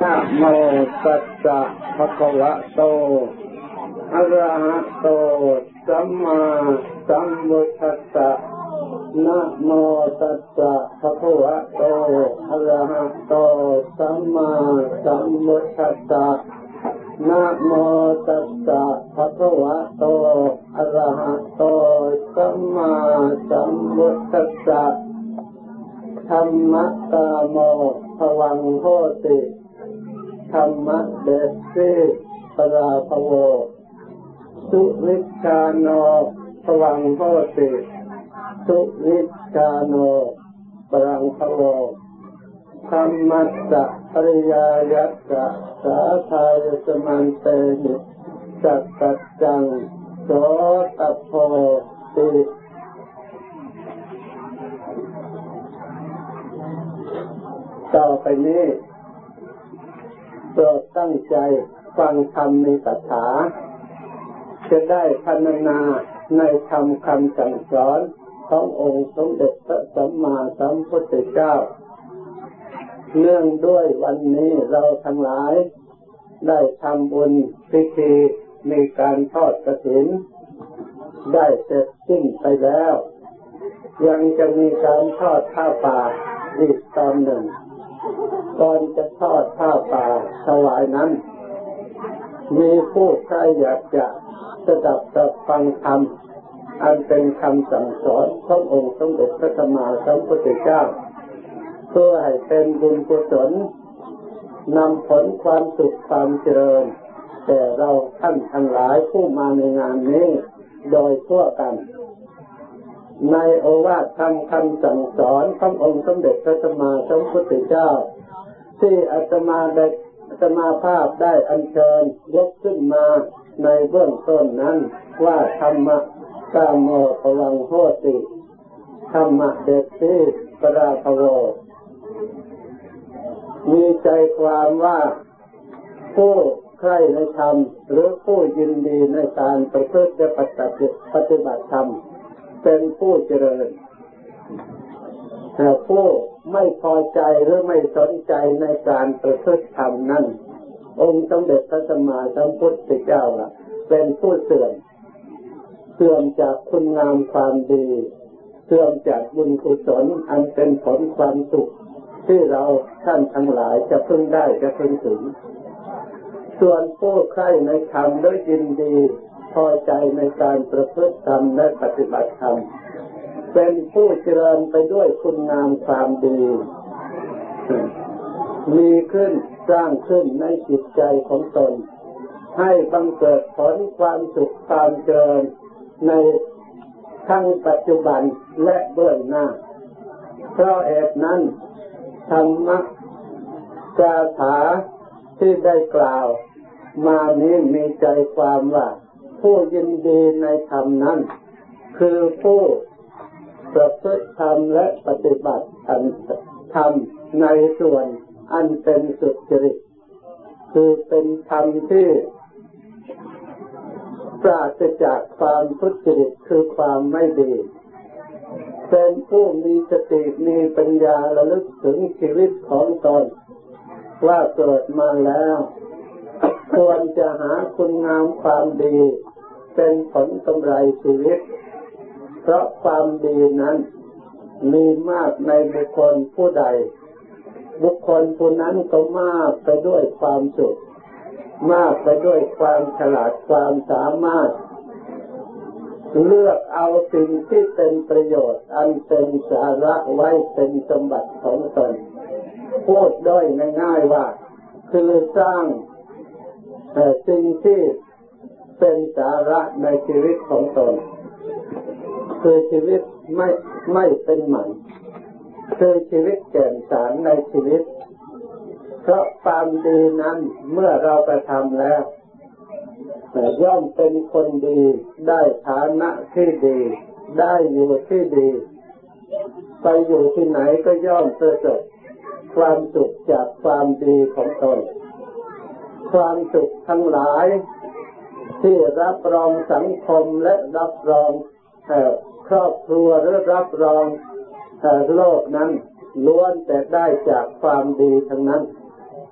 นะโมตัสสะภะคะวะโตอะระหะโตสัมมาสัมพุทธัสสะนะโมตัสสะภะคะวะโตอะระหะโตสัมมาสัมพุทธัสสะนะโมตัสสะภะคะวะโตอะระหะโตสัมมาสัมพุทธัสสะธัมมะกาโมภวังโหติธัมมะเดชสิปราภโวสุวิชชาโนภวังโหติสุวิชชาโนปรังภโวธัมมัสสะปริยายัสสะสาทายสมันเตหิสัจจจังโสตโพติต่อไปนี้โปรดตั้งใจฟังธรรมในคาถาจะได้พรรณนาในธรรมคำสั่งสอนขององค์สมเด็จพระสัมมาสัมพุทธเจ้าเนื่องด้วยวันนี้เราทั้งหลายได้ทำบุญพิธีในการทอดกฐินได้เสร็จสิ้นไปแล้วยังจะมีการทอดผ้าป่าอีกตอนหนึ่งก่อนจะทอดผ้าป่าถวายนั้นมีผู้ใครอยากจะสดับรับฟังธรรมอันเป็นคำสั่งสอนขององค์สมเด็จพระสัมมาสัมพุทธเจ้าเพื่อให้เป็นบุญกุศลนำผลความสุขความเจริญแก่เราท่านทั้งหลายผู้มาในงานนี้โดยทั่วกันในโอวาทธรรมคำสั่งสอนขององค์สมเด็จพระสัมมาสัมพุทธเจ้าที่อาตมาภาพได้อัญเชิญยกขึ้นมาในเบื้องต้นนั้นว่าธรรมะกามโมภวังโหติธรรมะเดชสิปราภโวมีใจความว่าผู้ใคร่ในธรรมหรือผู้ยินดีในการประพฤติและปฏิบัติธรรมเป็นผู้เจริญแต่ผู้ไม่พอใจหรือไม่สนใจในการประพฤติธรรมนั้นองค์สมเด็จพระสัมมาสัมพุทธเจ้าเป็นผู้เสื่อมจากคุณงามความดีเสื่อมจากบุญกุศลอันเป็นผลความสุขที่เราท่านทั้งหลายจะพึงได้จะพึงถึงส่วนผู้ใคร่ในธรรมและยินดีพอใจในการประพฤติธรรมและปฏิบัติธรรมเป็นผู้เจริญไปด้วยคุณงามความดีมีขึ้นสร้างขึ้นในจิตใจของตนให้บังเกิดผลความสุขความเจริญในทั้งปัจจุบันและเบื้องหน้าเพราะเหตุนั้นธรรมะคาถาที่ได้กล่าวมานี้มีใจความว่าผู้ยินดีในธรรมนั้นคือผู้ประพฤติธรรมและปฏิบัติธรรมในส่วนอันเป็นสุจริตคือเป็นธรรมที่ปราศจากความทุจริตคือความไม่ดีเป็นผู้มีสติมีปัญญาระลึกถึงชีวิตของตนว่าเกิดมาแล้วควรจะหาคุณงามความดีเป็นผลกำไรชีวิตเพราะความดีนั้นมีมากในบุคคลผู้ใดบุคคลผู้นั้นก็มากไปด้วยความสุขมากไปด้วยความฉลาดความสามารถเลือกเอาสิ่งที่เป็นประโยชน์อันเป็นสาระไว้เป็นสมบัติของตนพูดโดยง่ายๆว่าคือสร้างสิ่งที่เป็นสาระในชีวิตของตนคือชีวิตไม่เป็นใหม่คือชีวิตแก่นสารในชีวิตเพราะความดีนั้นเมื่อเรากระทำแล้วย่อมเป็นคนดีได้ฐานะที่ดีได้อยู่ที่ดีไปอยู่ที่ไหนก็ย่อมประสบความสุขจากความดีของตนความสุขทั้งหลายที่รับรองสังคมและรับรองครอบครัวหรือรับรองโลกนั้นล้วนแต่ได้จากความดีทั้งนั้น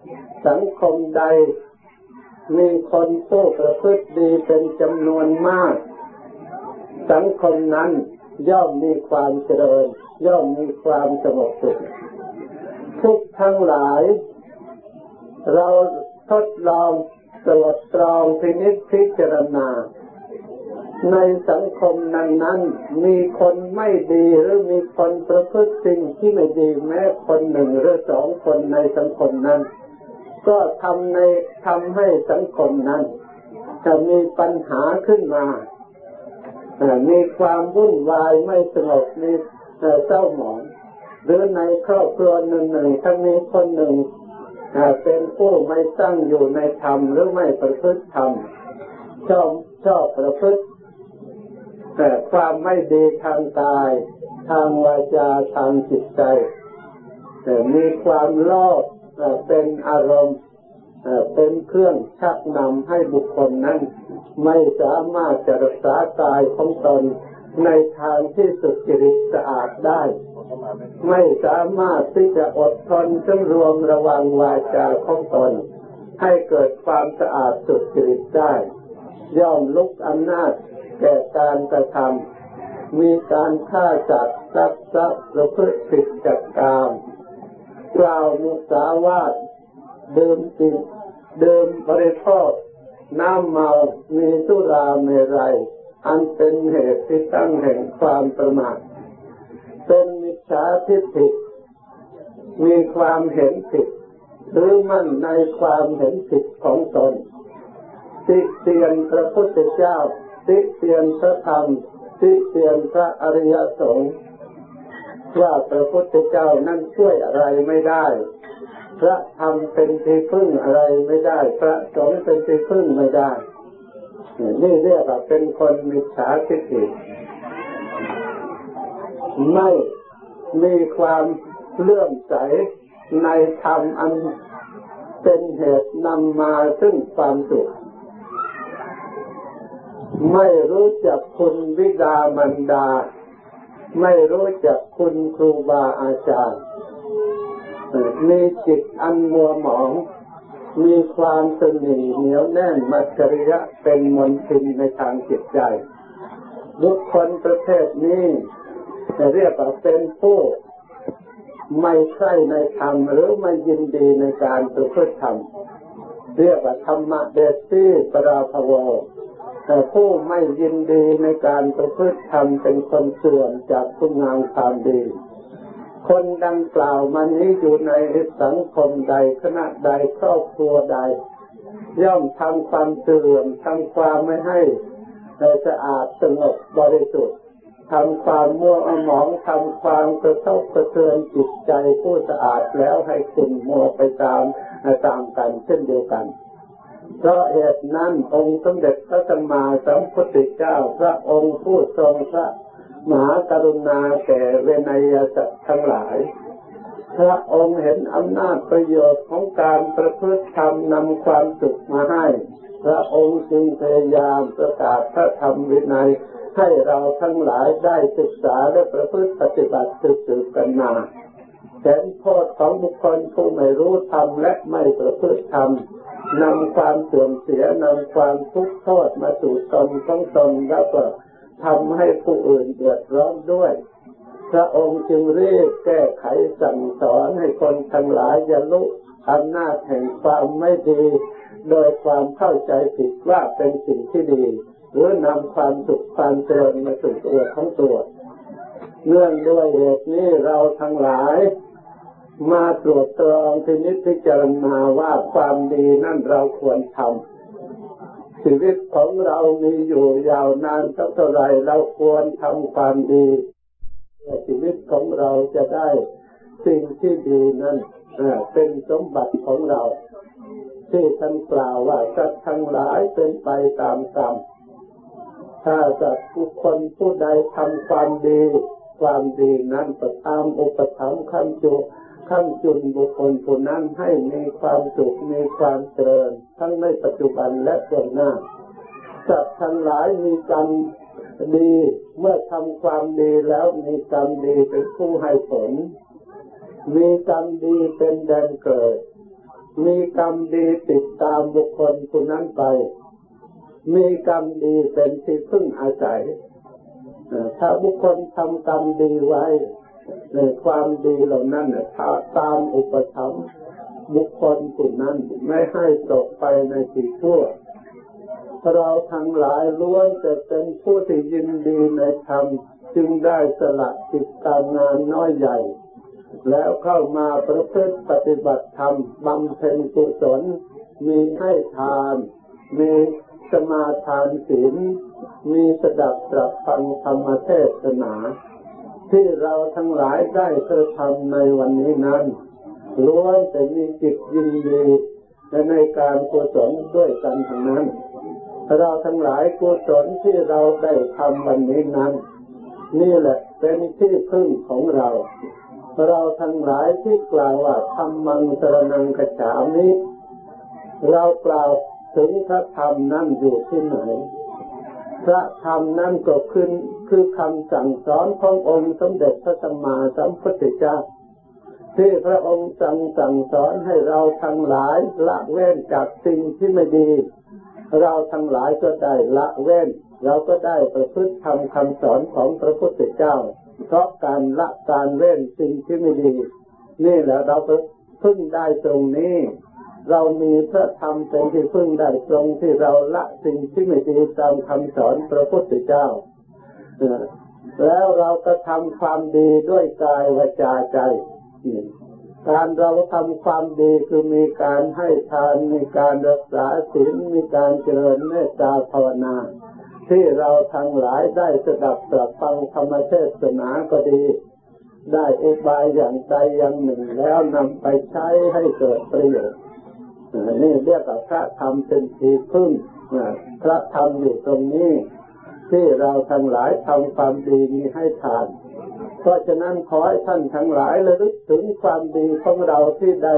สังคมใดมีคนผู้ประพฤติดีเป็นจำนวนมากสังคมนั้นย่อมมีความเจริญย่อมมีความสงบสุขทุกทั้งหลายเราทดลองตรวจตรองพินิจพิจารณาในสังคมนั้นมีคนไม่ดีหรือมีคนประพฤติสิ่งที่ไม่ดีแม้คนหนึ่งหรือสองคนในสังคมนั้นก็ทำให้สังคมนั้นจะมีปัญหาขึ้นมามีความวุ่นวายไม่สงบมีเศร้าหมองหรือในครอบครัวหนึ่งถ้ามีคนหนึ่งเป็นผู้ไม่ตั้งอยู่ในธรรมหรือไม่ประพฤติธรรมชอบประพฤติแต่ความไม่ดีทางกายทางวาจาทางจิตใจมีความโลภเป็นอารมณ์เป็นเครื่องชักนำให้บุคคลนั้นไม่สามารถจะรักษากายของตนในทางที่สุจริตสะอาดได้ไม่สามารถที่จะอดทนสำรวมระวังวาจาของตนให้เกิดความสะอาดสุจริตได้ย่อมลุกอำนาจแก่การกระทำมีการฆ่าสัตว์ลักทรัพย์ประพฤติผิดจากกามกล่าวมุสาวาทดื่มบริโภคน้ำเมามีสุราเมรัยอันเป็นเหตุที่ตั้งแห่งความประมาทเป็นมิจฉาทิฏฐิมีความเห็นผิดหรือมั่นในความเห็นผิดของตนติเตียนพระพุทธเจ้าติเตียนพระธรรมติเตียนพระอริยสงฆ์ว่าพระพุทธเจ้านั้นช่วยอะไรไม่ได้พระธรรมเป็นที่พึ่งอะไรไม่ได้พระสงฆ์เป็นที่พึ่งไม่ได้นี่เรียกว่าเป็นคนมิจฉาทิฏฐิไม่มีความเลื่อมใสในธรรมอันเป็นเหตุนำมาซึ่งความสุขไม่รู้จักคุณบิดามารดาไม่รู้จักคุณครูบาอาจารย์มีจิตอันมัวหมองมีความตนีเหนียวแน่นมัจฉริยะเป็นมลทินในทางจิตใจบุคคลประเภทนี้เรียกว่าเป็นผู้ไม่ใช่ในธรรมหรือไม่ยินดีในการประพฤติธรรมเรียกว่าธรรมะเดสีปราภโวแต่ผู้ไม่ยินดีในการประพฤติธรรมเป็นคนเสื่อมจากคุณงามความดีคนดังกล่าวมานี้อยู่ในสังคมใดคณะใดครอบครัวใดย่อมทำความเสื่อมทำความไม่ให้สะอาดสงบบริสุทธิ์ทำความมัวหมองทำความกระทบกระเทือนจิตใจผู้สะอาดแล้วให้ขุ่นมัวไปตามกันเช่นเดียวกันเพราะเหตุนั้นองค์สมเด็จพระสัมมาสัมพุทธเจ้าพระองค์ผู้ทรงพระมหากรุณาแก่เวนยสัตว์ทั้งหลายพระองค์เห็นอำนาจประโยชน์ของการประพฤติธรรมนำความสุขมาให้พระองค์จึงพยายามประกาศพระธรรมวินัยให้เราทั้งหลายได้ศึกษาและประพฤติปฏิบัติสืบกันมาแต่โทษของบุคคลผู้ไม่รู้ธรรมและไม่ประพฤติธรรมนำความเสื่อมเสียนำความทุกข์โทษมาสู่ตนของตนแล้วก็ทำให้ผู้อื่นเดือดร้อนด้วยพระองค์จึงรีบแก้ไขสั่งสอนให้คนทั้งหลายอย่าลุกอำนาจแห่งความไม่ดีโดยความเข้าใจผิดว่าเป็นสิ่งที่ดีหรือนำความสุขความเจริญมาสู่ตัวของตัวเนื่องด้วยเหตุนี้เราทั้งหลายมาตรวจตรองพินิจพิจารณาว่าความดีนั่นเราควรทำชีวิตของเรามีอยู่ยาวนานสักเท่าไรเราควรทำความดีชีวิตของเราจะได้สิ่งที่ดีนั้นเป็นสมบัติของเราที่ท่านกล่าวว่าสัตว์ทั้งหลายเป็นไปตามกรรมถ้าสัตว์บุคคลผู้ใดทำความดีนั้นจะตามอุปถัมภ์ค้ำจุนบุคคลผู้นั้นให้มีความสุขมีความเจริญทั้งในปัจจุบันและเบื้องหน้าสัตว์ทั้งหลายมีกรรมดีเมื่อทำความดีแล้วมีกรรมดีเป็นผู้ให้ผลมีกรรมดีเป็นแดนเกิดมีกรรมดีติดตามบุคคลคนนั้นไปมีกรรมดีเป็นที่พึ่งอาศัยถ้าบุคคลทำกรรมดีไว้ในความดีเหล่านั้นถ้าตามอุปถัมภ์บุคคลคนนั้นไม่ให้ตกไปในที่ชั่วเราทั้งหลายล้วนแต่เป็นผู้ที่ยินดีในธรรมจึงได้สละกิจการงานน้อยใหญ่แล้วเข้ามาประพฤติปฏิบัติธรรมบำเพ็ญกุศลมีให้ทานมีสมาทานศีลมีสดับตรับฟังธรรมเทศนาที่เราทั้งหลายได้กระทำในวันนี้นั้นล้วนแต่มีจิตยินดีในการกุศลด้วยกันทั้งนั้นเราทั้งหลายกุศลที่เราได้ทำวันนี้นั้นนี่แหละเป็นที่พึ่งของเราทั้งหลายที่กล่าวว่าธัมมังสรณังคัจฉามิเรากล่าวถึงพระธรรมนั้นอยู่ที่ไหนพระธรรมนั้นก็คือคำสั่งสอนขององค์สมเด็จพระสัมมาสัมพุทธเจ้าที่พระองค์สั่งสอนให้เราทั้งหลายละเว้นจากสิ่งที่ไม่ดีเราทั้งหลายก็ได้ละเว้นเราก็ได้ประพฤติทำคำสอนของพระพุทธเจ้าเพราะการละการเว้นสิ่งที่ไม่ดีนี่แหละเราพึ่งได้ตรงนี้เรามีพระธรรมเป็นที่พึ่งได้ตรงที่เราละสิ่งที่ไม่ดีตามคำสอนพระพุทธเจ้าแล้วเราก็ทำความดีด้วยกายวาจาใจการเราทำความดีคือมีการให้ทานมีการรักษาศีลมีการเจริญเมตตาภาวนาที่เราทั้งหลายได้สดับตรับฟังธรรมเทศนาก็ดีได้อุบายอย่างใดอย่างหนึ่งแล้วนำไปใช้ให้เกิดประโยชน์นี่เรียกว่าพระธรรมเป็นที่พึ่งพระธรรมอยู่ตรงนี้ที่เราทั้งหลายทำความดีมีให้ทานเพราะฉะนั้นขอให้ท่านทั้งหลายระลึกถึงความดีของเราที่ได้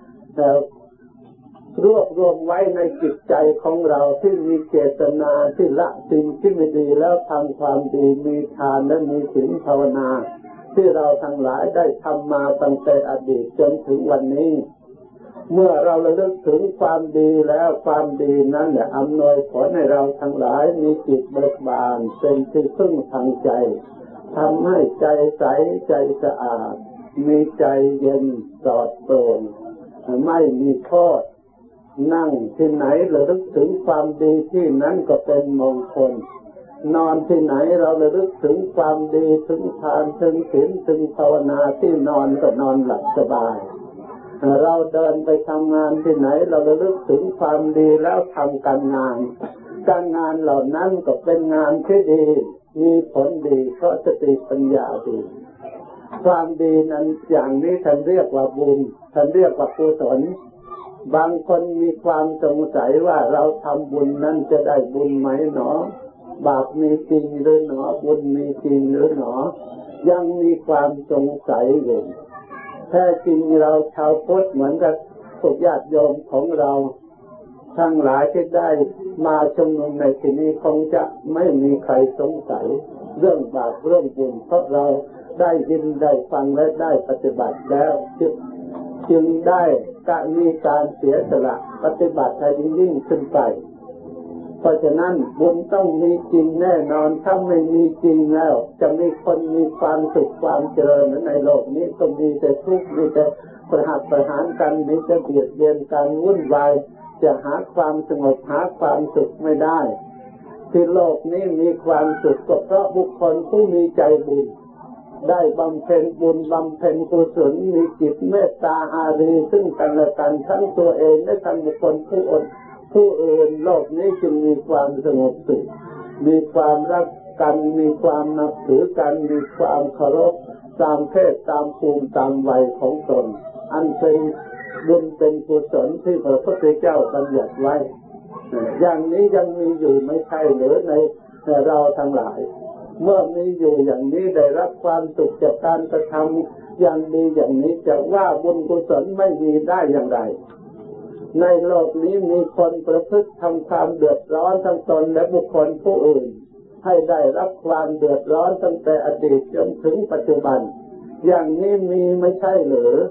รวบรวมไว้ในจิตใจของเราที่มีเจตนาที่ละสิ่งที่ไม่ดีแล้วทำความดีมีทานและมีศีลภาวนาที่เราทั้งหลายได้ทำมาตั้งแต่อดีตจนถึงวันนี้เมื่อเราระลึกถึงความดีแล้วความดีนั้นเนี่ยอำนวยผลให้เราทั้งหลายมีจิตเบิกบานเป็นที่พึ่งทางใจทำให้ใจใสใจสะอาดมีใจเย็นปลอดโปร่งไม่มีโทษนั่งที่ไหนระลึกถึงความดีที่นั้นก็เป็นมงคลนอนที่ไหนเราระลึกถึงความดีถึงทานถึงศีลถึงภาวนาที่นอนก็นอนหลับสบายเราเดินไปทำงานที่ไหนเราระลึกถึงความดีแล้วทำการงานเหล่านั้นก็เป็นงานที่ดีมีผลดีเพราะสติปัญญาดีความดีนั้นอย่างนี้ท่านเรียกว่าบุญท่านเรียกว่ากุศลบางคนมีความสงสัยว่าเราทำบุญนั้นจะได้บุญไหมหนอบาปมีจริงหรือหนอบุญมีจริงหรือหนอยังมีความสงสัยอยู่แท้จริงเราชาวพุทธเหมือนกับพวกญาติโยมของเราทั้งหลายที่ได้มาชุมนุมในที่นี้คงจะไม่มีใครสงสัยเรื่องบาปเรื่องบุญเพราะเราได้ยินได้ฟังและได้ปฏิบัติแล้วจึงได้มีการเสียสละปฏิบัติให้ยิ่งขึ้นไปเพราะฉะนั้นบุญต้องมีจริงแน่นอนถ้าไม่มีจริงแล้วจะมีคนมีความสุขความเจริญในโลกนี้ก็มีแต่ทุกข์มีแต่ประหัตประหารกันมีแต่เบียดเบียนกันวุ่นวายจะหาความสงบหาความสุขไม่ได้ที่โลกนี้มีความสุขก็เพราะบุคคลผู้มีใจบุญได้บำเพ็ญบุญบำเพ็ญกุศลมีจิตเมตตาอารีซึ่งกันและกันทั้งตัวเองและทั้งบุคคลผู้อื่นโลกนี้จึงมีความสงบสุขมีความรักกันมีความนับถือกันมีความเคารพตามเพศตามภูมิตามวัยของตนอันเป็นบุญเป็นกุศลที่พระพุทธเจ้าบัญญัติไว้อย่างนี้ยังมีอยู่ไม่ใช่หรือในเราทั้งหลายเมื่อมีอยู่อย่างนี้ได้รับความสุขจากการกระทำอย่างดีอย่างนี้จะว่าบุญกุศลไม่มีได้อย่างไรในโลกนี้มีคนประพฤติทำความเดือดร้อนทั้งตนและบุคคลผู้อื่นให้ได้รับความเดือดร้อนตั้งแต่อดีตจนถึงปัจจุบันอย่างนี้มีไม่ใช่หรือ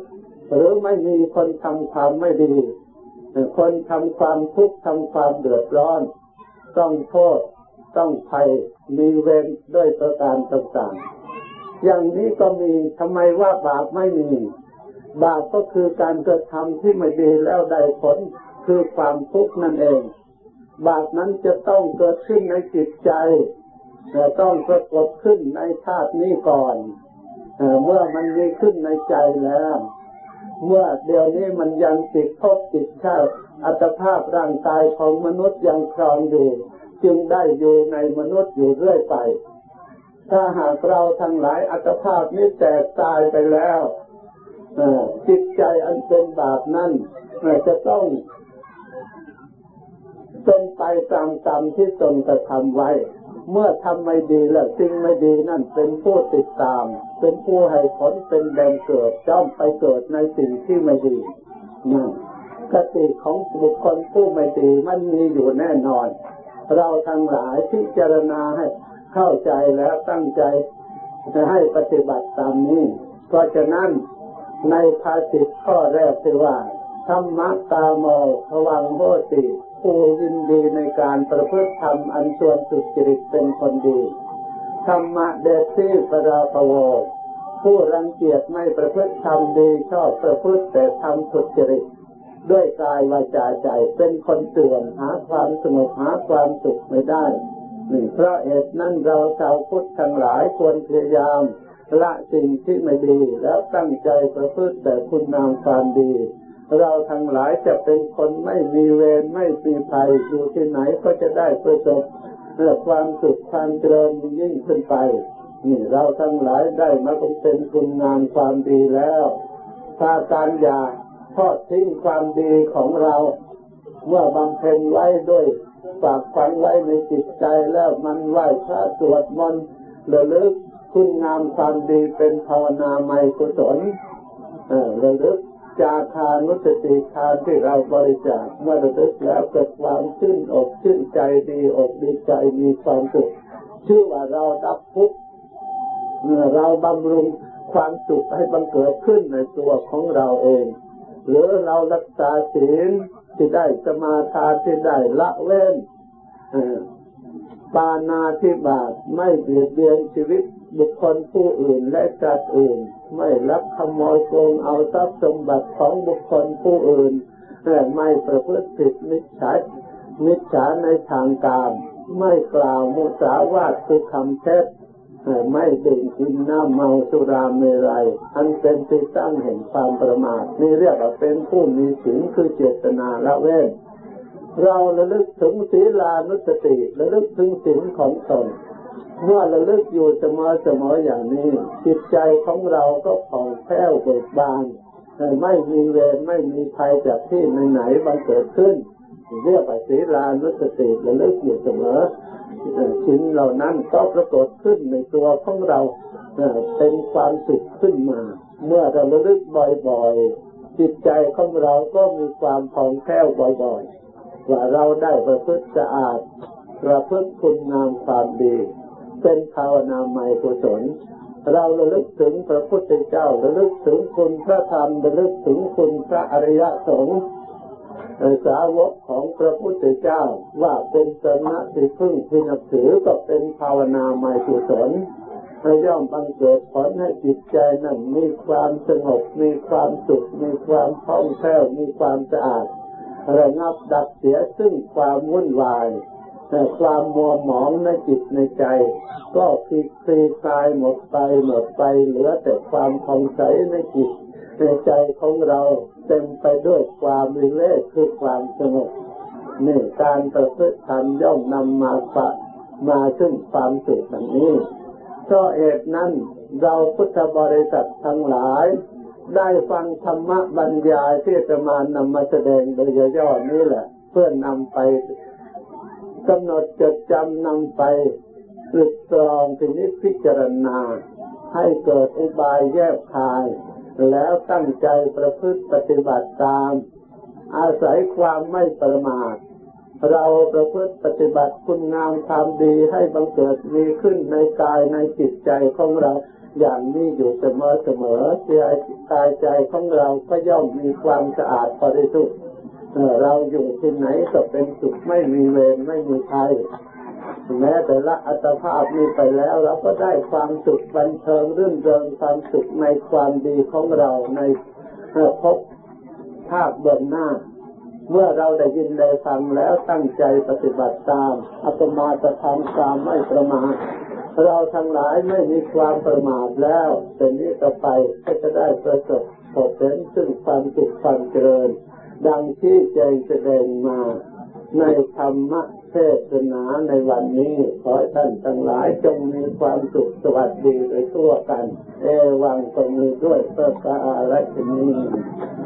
หรือไม่มีคนทำความไม่ดีคนทำความทุกข์ทำความเดือดร้อนต้องโทษต้องภัยมีเวรด้วยประการต่างๆอย่างนี้ก็มีทำไมว่าบาปไม่มีบาปก็คือการกระทำที่ไม่ดีแล้วได้ผลคือความทุกข์นั่นเองบาปนั้นจะต้องเกิดขึ้นในจิตใจแต่ต้องปรากฏขึ้นในชาตินี้ก่อนเมื่อมันมีขึ้นในใจแล้วเมื่อเดี๋ยวนี้มันยังติดภพติดชาติอัตภาพร่างกายของมนุษย์ยังครองอยู่จึงได้อยู่ในมนุษย์อยู่เรื่อยไปถ้าหากเราทั้งหลายอัตภาพนี้แตกตายไปแล้วจิตใจอันเป็นบาปนั้นจะต้องเป็นไปตามกรรมที่ตนกระทำไว้เมื่อทำไม่ดีแล้วสิ่งไม่ดีนั่นเป็นผู้ติดตามเป็นผู้ให้ผลเป็นแดนเกิดจ้อมไปเกิดในสิ่งที่ไม่ดีนั่นคติของบุคคลผู้ไม่ดีมันมีอยู่แน่นอนเราทั้งหลายพิจารณาให้เข้าใจแล้วตั้งใจจะให้ปฏิบัติตามนี้เพราะฉะนั้นในภาษิตข้อแรกที่ว่าธรรมะตาโมภวังโหติผู้ยินดีในการประพฤติธรรมอันชวนสุจริตเป็นคนดีธรรมะเดชิปราภโวผู้รังเกียจไม่ประพฤติธรรมดีชอบประพฤติแต่ทำสุจริตด้วยกายวาจาใจเป็นคนเสื่อมหาความสงบหาความสุขไม่ได้เพราะเหตุนั้นเราชาวพุทธทั้งหลายควรพยายามละสิ่งที่ไม่ดีแล้วตั้งใจประพฤติแต่คุณงามความดีเราทั้งหลายจะเป็นคนไม่มีเวรไม่มีภัยอยู่ที่ไหนก็จะได้ประสบความสุขความเจริญยิ่งขึ้นไปนี่เราทั้งหลายได้มาเป็นคุณงามความดีแล้วถ้าการอย่าทอดทิ้งความดีของเราเมื่อบำเพ็ญไว้ด้วยฝากฝังไว้ในจิตใจแล้วมันไหว้พระสวดมนต์ระลึกคุณงามความดีเป็นภาวนาไมยกุศลระลึกจาทานุสติทานที่เราบริจาคเมื่อระลึกแล้วเกิดความชื่นอกชื่นใจดีอกดีใจมีความสุขชื่อว่าเราดับทุกข์เราบำรุงความสุขให้บังเกิดขึ้นในตัวของเราเองหรือเรารักษาศีลที่ได้สมาทานที่ได้ละเว้นปาณาธิบาตไม่เบียดเบียนชีวิตบุคคลผู้อื่นและสัตว์อื่นไม่ลักขโมยโกงเอาทรัพย์สมบัติของบุคคลผู้อื่นและไม่ประพฤติผิดมิจฉาในทางการไม่กล่าวมุสาวาทคือคำเท็จไม่ดื่มกินน้ำเมาสุราเมรัยอันเป็นที่ตั้งแห่งความประมาทนี่เรียกว่าเป็นผู้มีศีลคือเจตนาละเว้นเราระลึกถึงศีลานุสติระลึกถึงศีลของตนเมื่อระลึกอยู่เสมออย่างนี้จิตใจของเราก็ผ่องแผ้วเบิกบานไม่มีเวรไม่มีภัยจากที่ไหนๆบังเกิดขึ้นเรียกว่าศีลานุสติระลึกอยู่เสมอสิ่งเหล่านั้นก็ปรากฏขึ้นในตัวของเราเป็นความสุขขึ้นมาเมื่อเราระลึกบ่อยๆจิตใจของเราก็มีความผ่องแผ้วบ่อยๆว่าเราได้ประพฤติสะอาดประพฤติคุณงามความดีเป็นภาวนาไมยกุศลเราระลึกถึงพระพุทธเจ้าระลึกถึงคุณพระธรรมระลึกถึงคุณพระอริยสงฆ์สาวกของพระพุทธเจ้าว่าเป็นสรณะที่พึ่งที่นับถือก็เป็นภาวนาไมยกุศลย่อมบังเกิดผลให้จิตใจนั้นมีความสงบมีความสุขมีความคล่องแคล่วมีความสะอาดระงับดับเสียซึ่งความวุ่นวายความมัวหมองในจิตในใจก็คลี่คลายหมดไปเหลือแต่ความผ่องใสในจิตในใจของเราเต็มไปด้วยความวิเวกคือความสงบนี่การประพฤติธรรมย่อมนำมาซึ่งความสุขอย่างนี้เพราะเหตุนั้นเราพุทธบริษัททั้งหลายได้ฟังธรรมบรรยายที่อาตมานำมาแสดงโดยย่อๆนี้แหละเพื่อนำไปกำหนดจดจำนำไปตรึกตรองพิจารณาให้เกิดอุบายแยบคายแล้วตั้งใจประพฤติปฏิบัติตามอาศัยความไม่ประมาทเราประพฤติปฏิบัติคุณงามความดีให้บังเกิดมีขึ้นในกายในจิตใจของเราอย่างนี้อยู่เสมอกายใจของเราก็ย่อมมีความสะอาดบริสุทธิ์เราอยู่ที่ไหนก็เป็นสุขไม่มีเวรไม่มีภัยแม้แต่ละอัตภาพนี้ไปแล้วเราก็ได้ความสุขบันเทิงรื่นเริงความสุขในความดีของเราในภพชาติเบื้องหน้าเมื่อเราได้ยินได้ฟังแล้วตั้งใจปฏิบัติตามอาตมาจะทำความไม่ประมาทเราทั้งหลายไม่มีความประมาทแล้วแต่นี้ต่อไปก็จะได้ประสบพบเห็นซึ่งความสุขความเจริญดังที่ใจแสดงมาในธรรมเทศนาในวันนี้ขอให้ท่านทั้งหลายจงมีความสุขสวัสดีโดยทั่วกันเอวังก็มีด้วยประการฉะนี้